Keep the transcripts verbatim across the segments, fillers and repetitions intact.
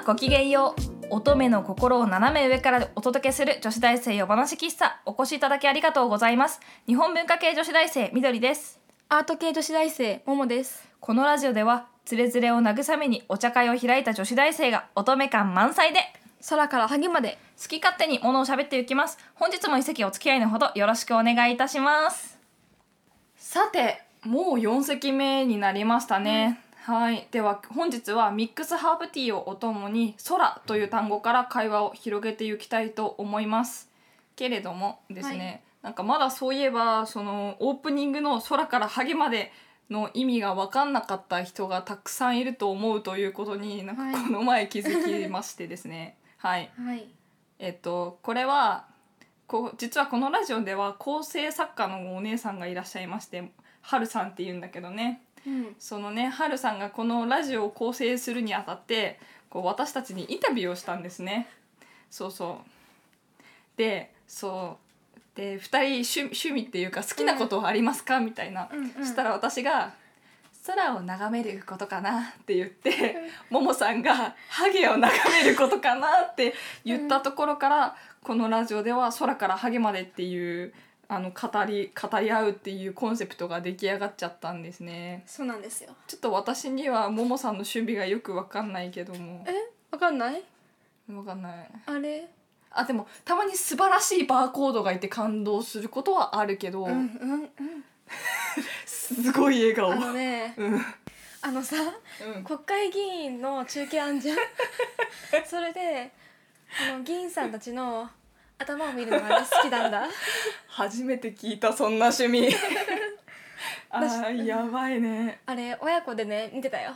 ごきげんよう。乙女の心を斜め上からお届けする女子大生夜話喫茶、お越しいただきありがとうございます。日本文化系女子大生みどりです。 アート系女子大生ももです。 このラジオではつれづれを慰めにお茶会を開いた女子大生が乙女感満載で空から萩まで好き勝手に物を喋っていきます。本日も一席お付き合いのほどよろしくお願いいたします。さて、もうよん席目になりましたね、うん、はい。では本日はミックスハーブティーをお供に空という単語から会話を広げていきたいと思いますけれどもですね、はい、なんかまだそういえばそのオープニングの空から萩までの意味が分かんなかった人がたくさんいると思うということになんかこの前気づきましてですねはい、はい、えっとこれはこう実はこのラジオでは構成作家のお姉さんがいらっしゃいまして、はるさんっていうんだけどね、うん、そのねはるさんがこのラジオを構成するにあたってこう私たちにインタビューをしたんですね。そうそうでそうでふたり 趣, 趣味っていうか好きなことはありますか、うん、みたいな、うんうん、したら私が空を眺めることかなって言って、うん、ももさんがハゲを眺めることかなって言ったところから、うん、このラジオでは空からハゲまでっていうあの語り語り合うっていうコンセプトが出来上がっちゃったんですね。 そうなんですよ。 ちょっと私にはももさんの趣味がよく分かんないけども。 え分かんない分かんない。 あれあでもたまに素晴らしいバーコードがいて感動することはあるけど、うんうんうんすごい笑顔。 あのね、うん、あのさ、うん、国会議員の中継あんじゃんそれであの議員さんたちの頭を見るのが好きなんだ初めて聞いたそんな趣味あーやばいね。 あれ親子でね見てたよ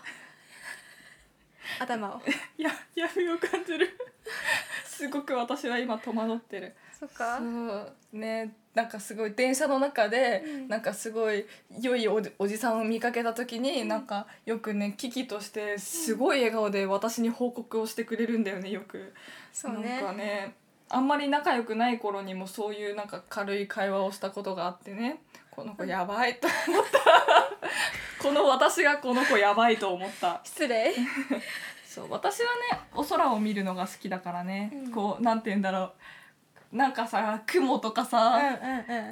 頭をや闇を感じるすごく私は今戸惑ってる。 そっかそうね、なんかすごい電車の中で、うん、なんかすごい良い お, おじさんを見かけた時に、うん、なんかよくね危機としてすごい笑顔で私に報告をしてくれるんだよねよく。 そうね、 なんかねあんまり仲良くない頃にもそういうなんか軽い会話をしたことがあってね、この子やばいと思ったこの私がこの子やばいと思った。 失礼そう私はねお空を見るのが好きだからね、うん、こうなんて言うんだろう、なんかさ雲とかさ、うんうんうん、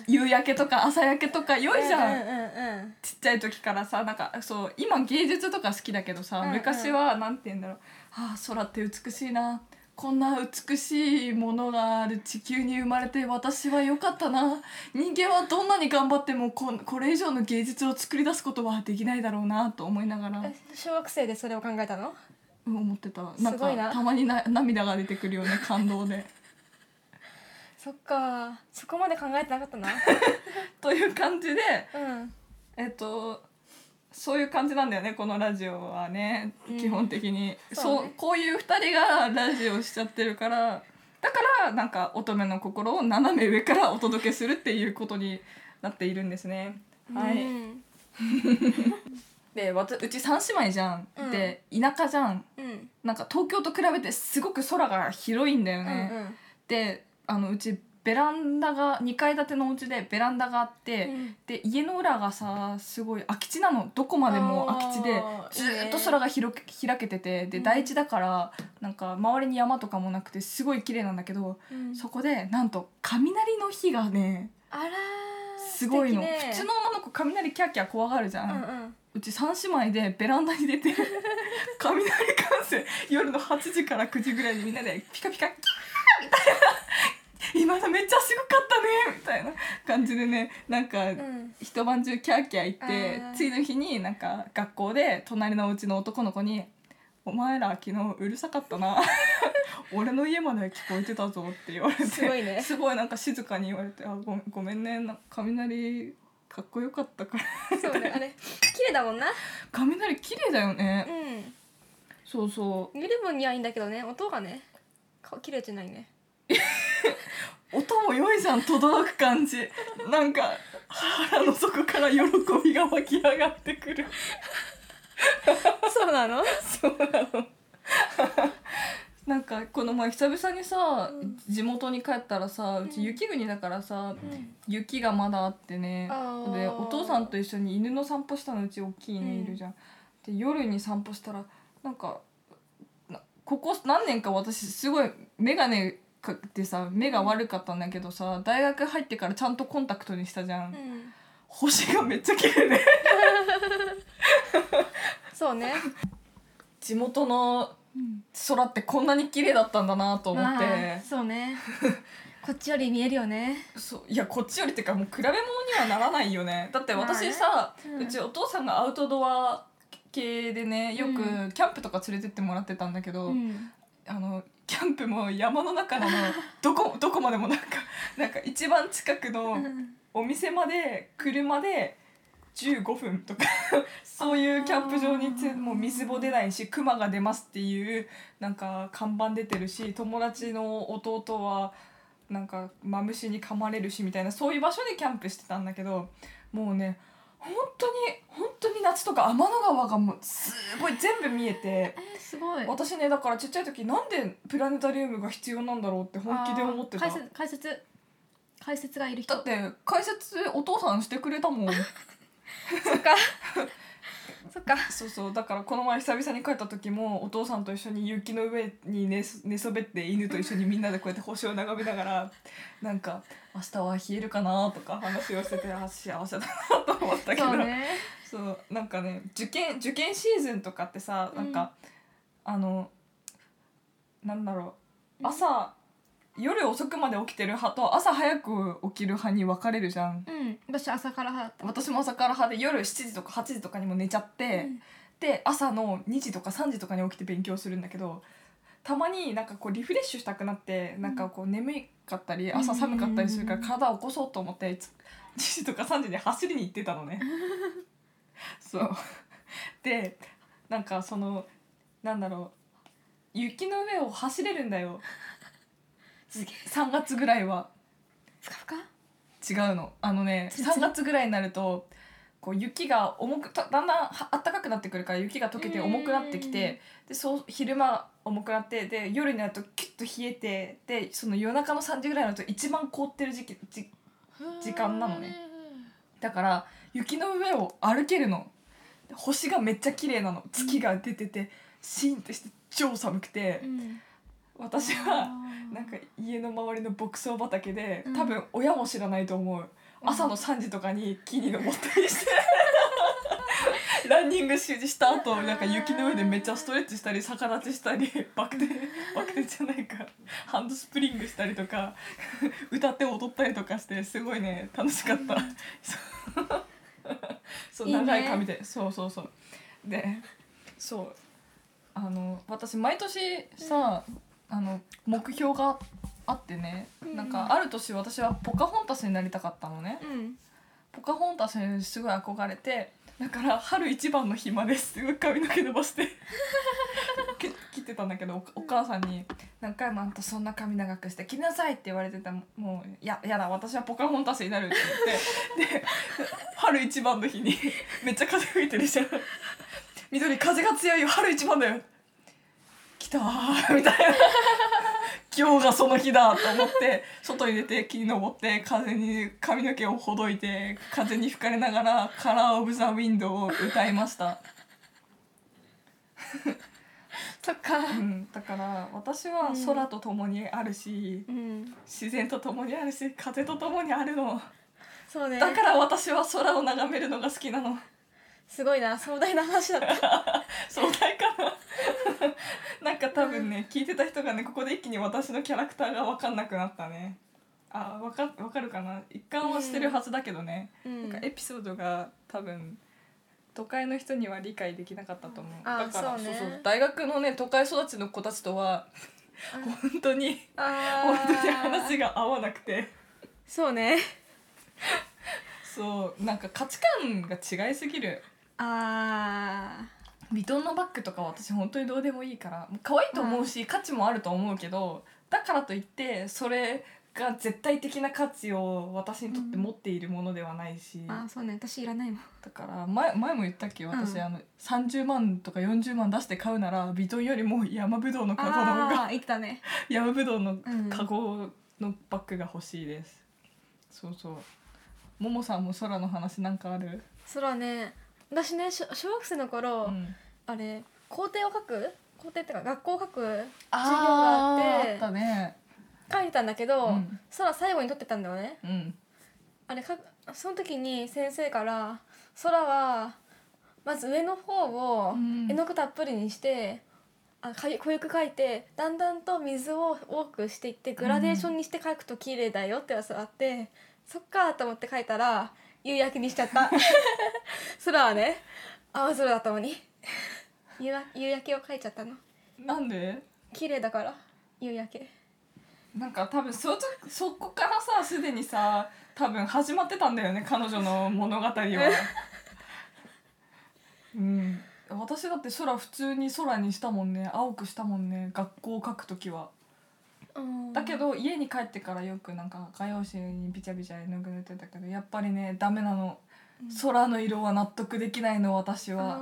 夕焼けとか朝焼けとか良いじゃん、うんうんうんうん、ちっちゃい時からさなんかそう今芸術とか好きだけどさ、うんうん、昔はなんて言うんだろう、ああ空って美しいな、こんな美しいものがある地球に生まれて私は良かったな、人間はどんなに頑張っても こ, これ以上の芸術を作り出すことはできないだろうなと思いながら。 小学生でそれを考えたの？ 思ってた。なんかたまにな涙が出てくるよね感動でそっかそこまで考えてなかったなという感じで、 うん、えっとそういう感じなんだよねこのラジオはね、うん、基本的に そう、ね、そうこういうふたりがラジオをしちゃってるから、だからなんか乙女の心を斜め上からお届けするっていうことになっているんですね。はい、うんでうちさん姉妹じゃん、うん、で田舎じゃん、うん、なんか東京と比べてすごく空が広いんだよね、うんうん、であのうちベランダがにかい建てのお家でベランダがあって、うん、で家の裏がさすごい空き地なの、どこまでも空き地でずっと空が広く開けてて、で台地だからなんか周りに山とかもなくてすごい綺麗なんだけど、うん、そこでなんと雷の日がねあらすごいの、 ね、 普通の女の子雷キャーキャー怖がるじゃん、うんうん、うちさん姉妹でベランダに出て雷観戦夜のはちじからくじぐらいにみんなでピカピカキャーみたいな今のめっちゃすごかったねみたいな感じでね、なんか、うん、一晩中キャーキャー言って次の日になんか学校で隣のうちの男の子にお前ら昨日うるさかったな俺の家まで聞こえてたぞって言われて、 すごいね、 すごいなんか静かに言われて、あ ご, ごめんね雷かっこよかったからそうね、あれ綺麗だもんな、 雷綺麗だよね、 うん、 そうそう見る分にはいいんだけどね、音がね綺麗じゃないね音も良いじゃん、轟く感じなんか腹の底から喜びが湧き上がってくるそうなのそうなのなんかこの前久々にさ、うん、地元に帰ったらさ、うち雪国だからさ、うん、雪がまだあってね、でお父さんと一緒に犬の散歩したの、うち大きい犬いるじゃん、うん、で夜に散歩したらなんかここ何年か私すごい眼鏡かってさ目が悪かったんだけどさ、大学入ってからちゃんとコンタクトにしたじゃん、 うん、 星がめっちゃ綺麗ねそうね地元の空ってこんなに綺麗だったんだなと思って、 そうねこっちより見えるよね。 そういやこっちよりってかもう比べ物にはならないよね。だって私さ、ねうん、うちお父さんがアウトドア系でねよくキャンプとか連れてってもらってたんだけど、うん、あのキャンプも山の中なのどこどこまでもなんかなんか一番近くのお店まで車でじゅうごふんとかそういうキャンプ場にもう水も出ないしクマが出ますっていうなんか看板出てるし、友達の弟はなんかマムシに噛まれるしみたいなそういう場所でキャンプしてたんだけど、もうね本当に本当に夏とか天の川がもうすごい全部見えて、 えー、すごい。 私ねだからちっちゃい時なんでプラネタリウムが必要なんだろうって本気で思ってた。 解説解説解説がいる人だって解説お父さんしてくれたもんそっかそっかそうそうだからこの前久々に帰った時もお父さんと一緒に雪の上に 寝, 寝そべって犬と一緒にみんなでこうやって星を眺めながらなんか明日は冷えるかなとか話をしててあ幸せだなと思ったけど、 そうねそうなんかね受験受験シーズンとかってさなんか、うん、あのなんだろう朝、うん、夜遅くまで起きてる派と朝早く起きる派に分かれるじゃん。 うん私朝から派だった。 私も朝から派で夜しちじとかはちじとかにも寝ちゃって、うん、で朝のにじとかさんじとかに起きて勉強するんだけど、たまになんかこうリフレッシュしたくなってなんかこう眠かったり朝寒かったりするから体を起こそうと思ってにじとかさんじに走りに行ってたのねそうでなんかそのなんだろう雪の上を走れるんだよさんがつぐらいは。 ふかふか違うのあのねさんがつぐらいになるとこう雪が重くだんだんあったかくなってくるから雪が溶けて重くなってきて、でそう昼間重くなってで夜になるとキュッと冷えてでその夜中のさんじぐらいになると一番凍ってる時期じ時間なのね。だから雪の上を歩けるの。星がめっちゃ綺麗なの。月が出ててシーンとして超寒くて、うん、私はなんか家の周りの牧草畑で多分親も知らないと思う、うん、朝のさんじとかに木に登ったりしてランニングした後なんか雪の上でめっちゃストレッチしたり逆立ちしたりバク転バク転じゃないかハンドスプリングしたりとか歌って踊ったりとかしてすごいね楽しかった、うん、そう長い髪でいい、ね、そうそうそうでそうあの私毎年さ、うんあの目標があってね、うん、なんかある年私はポカホンタスになりたかったのね、うん、ポカホンタスにすごい憧れてだから春一番の日まですごい髪の毛伸ばして切ってたんだけど お, お母さんに何回もあんたそんな髪長くして切りなさいって言われてたもうややだ私はポカホンタスになるって言ってで春一番の日にめっちゃ風吹いてるじゃん緑風が強いよ春一番だよ来たーみたいな今日がその日だと思って外に出て木に登って風に髪の毛をほどいて風に吹かれながらカラーオブザウィンドウを歌いましたそっか、 うん、だから私は空とともにあるし、うん、自然とともにあるし風とともにあるのそうねだから私は空を眺めるのが好きなの。 すごいな壮大な話だった壮大かななんか多分ね、うん、聞いてた人がねここで一気に私のキャラクターが分かんなくなったね。あ分か、分かるかな。一貫はしてるはずだけどね、うん、なんかエピソードが多分都会の人には理解できなかったと思う。だからそう、ね、そうそう大学のね都会育ちの子たちとは本当に本当に話が合わなくてそうねそうなんか価値観が違いすぎる。 あーヴィトンのバッグとか私本当にどうでもいいから可愛いと思うし価値もあると思うけどだからといってそれが絶対的な価値を私にとって持っているものではないし、 うん、あそうね私いらないもん。 だから前、前も言ったっけ私、うん、あのさんじゅうまんとかよんじゅうまん出して買うならヴィトンよりも山ぶどうのカゴの方が言ったね山ぶどうのカゴのバッグが欲しいです、うん、そうそう。ももさんも空の話なんかある？ 空ね私ね小学生の頃、うん、あれ工程を書く校庭っていうか学校を描く授業がああってーあったね。 描いてたんだけど、 うん、 空最後に撮ってたんだよね。 うん、 あれかその時に先生から空はまず上の方を絵の具たっぷりにして、あかゆ濃ゆく描いてだんだんと水を多くしていってグラデーションにして描くと綺麗だよってやつがあって、うん、そっかと思って描いたら夕焼けにしちゃった空はね青空だったのに夕焼けを描いちゃったの。 なんで？ 綺麗だから夕焼け。 なんか多分そそこからさすでにさ多分始まってたんだよね彼女の物語はうん、私だって空普通に空にしたもんね、青くしたもんね、学校を描くときは。だけど家に帰ってからよくなんか画用紙にビチャビチャ絵の具塗ってたけど、やっぱりねダメなの、うん、空の色は納得できないの私は。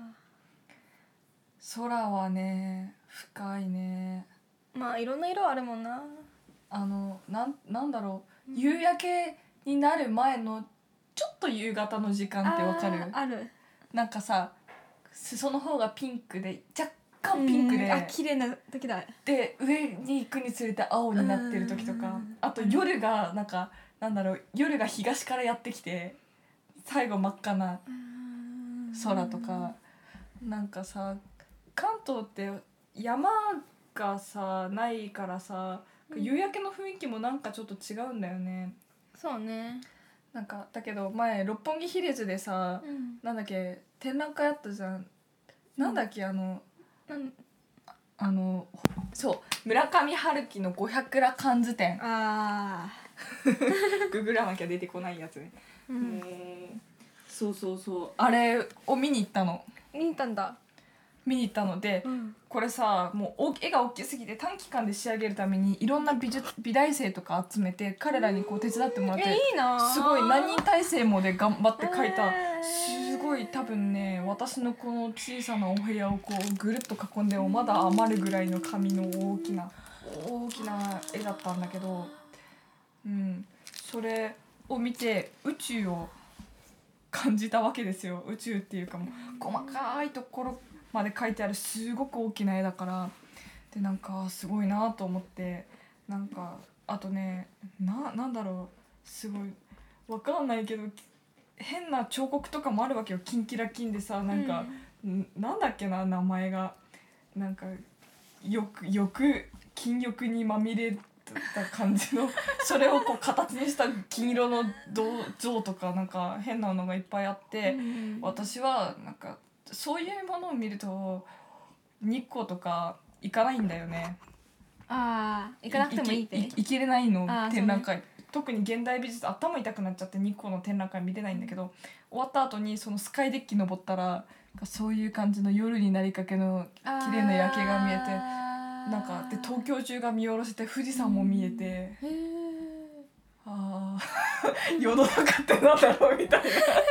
空はね深いね。 まあいろんな色あるもんな。 あのなん、なんだろう、うん、夕焼けになる前のちょっと夕方の時間ってわかる？ ある。 なんかさ裾の方がピンクで若干ピンクで、 あ綺麗な時だ。 で上に行くにつれて青になってる時とか、あと夜がなんかなんだろう、夜が東からやってきて最後真っ赤な空とか、なんかさ関東って山がさないからさ、夕焼けの雰囲気もなんかちょっと違うんだよね。 そうね。 なんかだけど前六本木ヒルズでさ、うん、なんだっけ展覧会あったじゃん、なんだっけあの、うん、あのそう村上春樹の五百羅漢図展。あググらなきゃ出てこないやつね、うん、そうそうそう、あれを見に行ったの。 見に行ったんだ。 見に行ったので、うん、これさもう絵が大きすぎて短期間で仕上げるためにいろんな美術美大生とか集めて彼らにこう手伝ってもらって、 いいな、 すごい何人体制もで頑張って描いた、すごい多分ね私のこの小さなお部屋をこうぐるっと囲んでもまだ余るぐらいの紙の大きな大きな絵だったんだけど、うん、それを見て宇宙を感じたわけですよ。宇宙っていうかもう細かいところまで描いてあるすごく大きな絵だから、でなんかすごいなと思って、なんかあとね な, なんだろうすごいわかんないけど変な彫刻とかもあるわけよ。キンキラキンでさ、なんか、うん、なんだっけな名前がなんか欲欲金欲にまみれた感じのそれをこう形にした金色の像とかなんか変なのがいっぱいあって、うん、私はなんかそういうものを見ると日光とか行かないんだよね。 ああ行かなくてもいいって。 行けれないの展覧会、ね、特に現代美術頭痛くなっちゃって日光の展覧会見れないんだけど、終わった後にそのスカイデッキ登ったらそういう感じの夜になりかけの綺麗な夜景が見えて、なんかで東京中が見下ろせて富士山も見えて、うん、へあ世の中ってなんだろうみたいな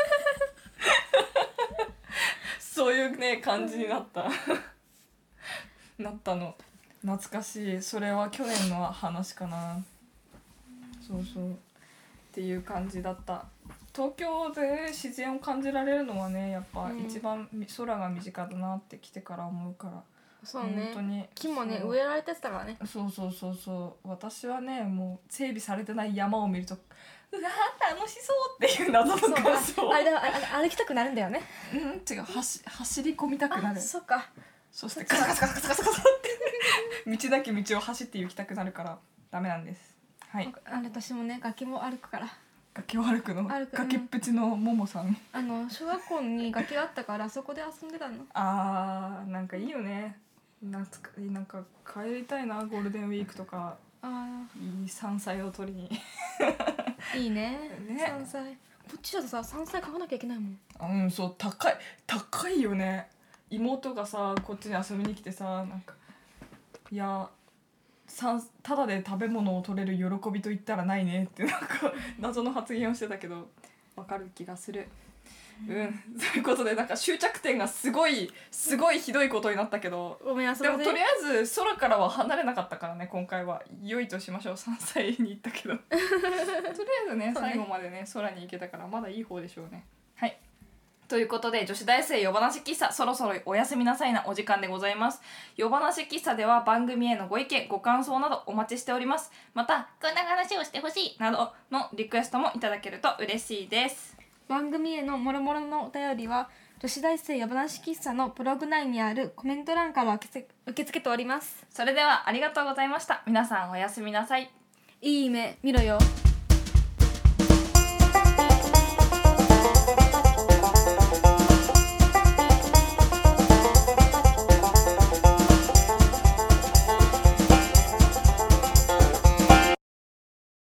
そういうね感じになったなったの懐かしい。それは去年の話かな。そうそうっていう感じだった。東京で自然を感じられるのはねやっぱ一番空が身近だなって来てから思うから、うん、 そうね、本当に木もね植えられてたからね。 そうそうそうそう、私はねもう整備されてない山を見るとうわー楽しそうっていう謎の感想。 あれだあ歩きたくなるんだよね。 うん違う走走り込みたくなる。 そっか。 そしてカサカサカサカサカサカサって道だけ道を走って行きたくなるからダメなんです。はい。 あれ私もね崖も歩くから。 崖を歩くの？歩く崖っぷちのももさん。 あの小学校に崖があったからそこで遊んでたの。 あーなんかいいよね。なんかなんか帰りたいなゴールデンウィークとか。あいい山菜を取りにいいね。ね山菜こっちだとさ山菜買わなきゃいけないもん。 うんそう高い高いよね。妹がさこっちに遊びに来てさなんかいやただで食べ物を取れる喜びと言ったらないねってなんか謎の発言をしてたけどわかる気がする。うん、そういうことでなんか終着点がすごいすごいひどいことになったけど、 ごめんなさい。 でもとりあえず空からは離れなかったからね今回は良いとしましょう。山菜に行ったけどとりあえず ね, ね最後までね空に行けたからまだいい方でしょうね。はいっということで女子大生夜話喫茶そろそろおやすみなさいなお時間でございます。夜話喫茶では番組へのご意見ご感想などお待ちしております。またこんな話をしてほしいなどのリクエストもいただけると嬉しいです。 番組へのもろもろのお便りは女子大生夜話喫茶のブログ内にあるコメント欄から受け受け付けております。 それではありがとうございました。皆さんおやすみなさい。 いい夢見ろよ。